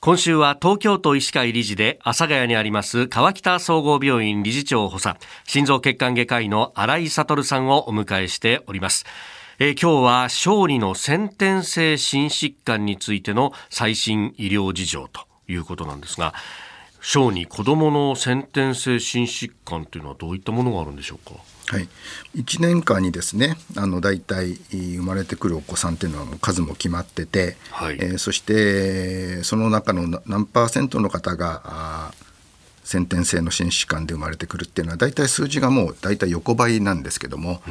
今週は東京都医師会理事で阿佐ヶ谷にあります川北総合病院理事長補佐心臓血管外科医の新井悟さんをお迎えしております。今日は小児の先天性心疾患についての最新医療事情ということなんですが、小児子どもの先天性心疾患というのはどういったものがあるんでしょうか。 はい、1年間にですねだいたい生まれてくるお子さんというのはもう数も決まってて、はいそしてその中の何%の方が先天性の心疾患で生まれてくるっていうのはだいたい数字がもうだいたい横ばいなんですけども、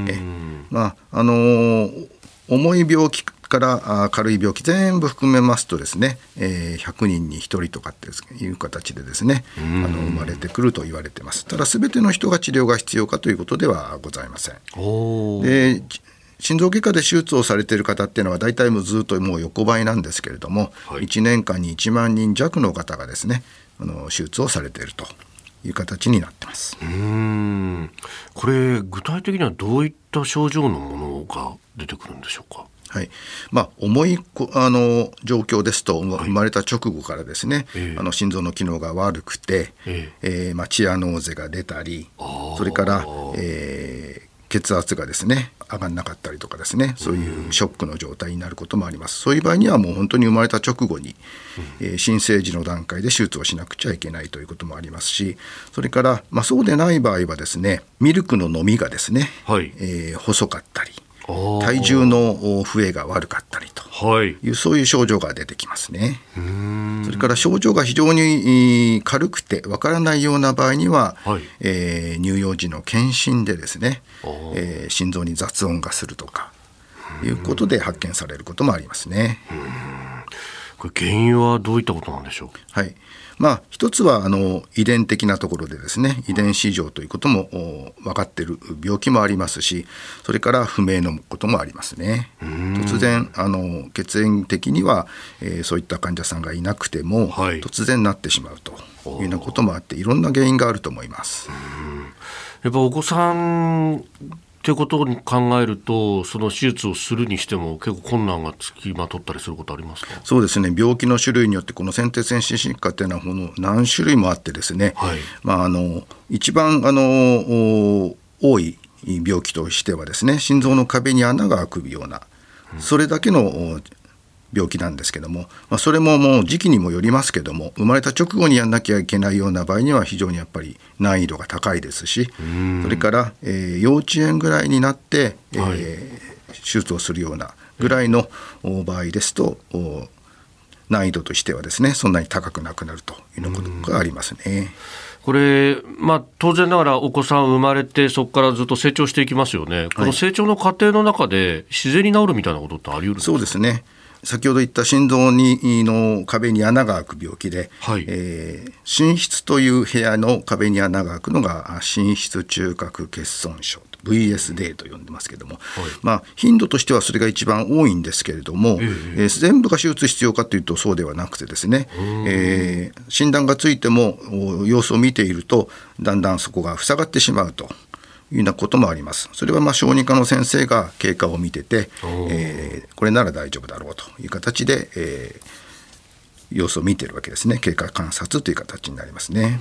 重い病気から軽い病気全部含めますとですね、100人に1人とかっていう形でですね生まれてくると言われています。ただ全ての人が治療が必要かということではございません。で心臓外科で手術をされている方っていうのは大体もうずっともう横ばいなんですけれども、1年間に1万人弱の方がですね手術をされているという形になっています。 これ具体的にはどういった症状のものが出てくるんでしょうか。 はい重い状況ですと生まれた直後からですね、心臓の機能が悪くて、チアノーゼが出たり、それから、血圧がですね上がらなかったりとかですね、そういうショックの状態になることもあります。そういう場合にはもう本当に生まれた直後に、新生児の段階で手術をしなくちゃいけないということもありますし、それから、そうでない場合はですねミルクの飲みがですね、細かったり体重の増えが悪かったりという、そういう症状が出てきますね。それから症状が非常に軽くてわからないような場合には、乳幼児の検診でですね、心臓に雑音がするとかいうことで発見されることもありますね。 これ原因はどういったことなんでしょう。 一つは遺伝的なところでですね、遺伝子異常ということも分かっている病気もありますし、それから不明のこともありますね。突然血縁的には、そういった患者さんがいなくても、突然なってしまうというようなこともあって、いろんな原因があると思います。 やっぱお子さんということに考えると、その手術をするにしても結構困難がつきまとったりすることありますか。 そうですね、病気の種類によってこの先天性心疾患というのは何種類もあってですね、一番多い病気としてはですね、心臓の壁に穴が開くような、それだけの病気なんですけども、それももう時期にもよりますけども、生まれた直後にやんなきゃいけないような場合には非常にやっぱり難易度が高いですし、それから、幼稚園ぐらいになって、手術をするようなぐらいの場合ですと、難易度としてはですねそんなに高くなくなるというようなことがありますね。 これ、当然ながらお子さん生まれてそこからずっと成長していきますよね。この成長の過程の中で自然に治るみたいなことってあり得るんですか。 そうですね、先ほど言った心臓の壁に穴が開く病気で、心室という部屋の壁に穴が開くのが心室中核欠損症 VSD と呼んでますけども、頻度としてはそれが一番多いんですけれども、全部が手術必要かというとそうではなくてですね、診断がついても様子を見ているとだんだんそこが塞がってしまうというようなこともあります。それは小児科の先生が経過を見てて、これなら大丈夫だろうという形で、様子を見ているわけですね。経過観察という形になりますね。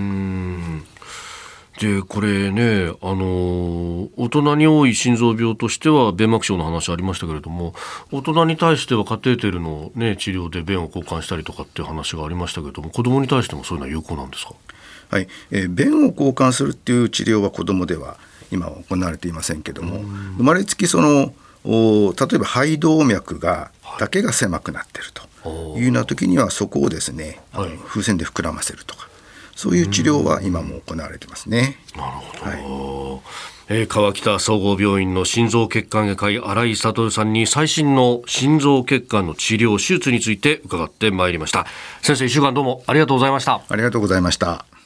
でこれね、大人に多い心臓病としては弁膜症の話ありましたけれども、大人に対してはカテーテルの、治療で弁を交換したりとかっていう話がありましたけれども、子どもに対してもそういうのは有効なんですか。 弁を交換するっていう治療は子どもでは今は行われていませんけども、生まれつき例えば肺動脈だけが狭くなっているというような時にはそこをですね、風船で膨らませるとか、そういう治療は今も行われてますね。 なるほど。川北総合病院の心臓血管外科医新井悟さんに最新の心臓血管の治療手術について伺ってまいりました。先生、1週間どうもありがとうございました。 ありがとうございました。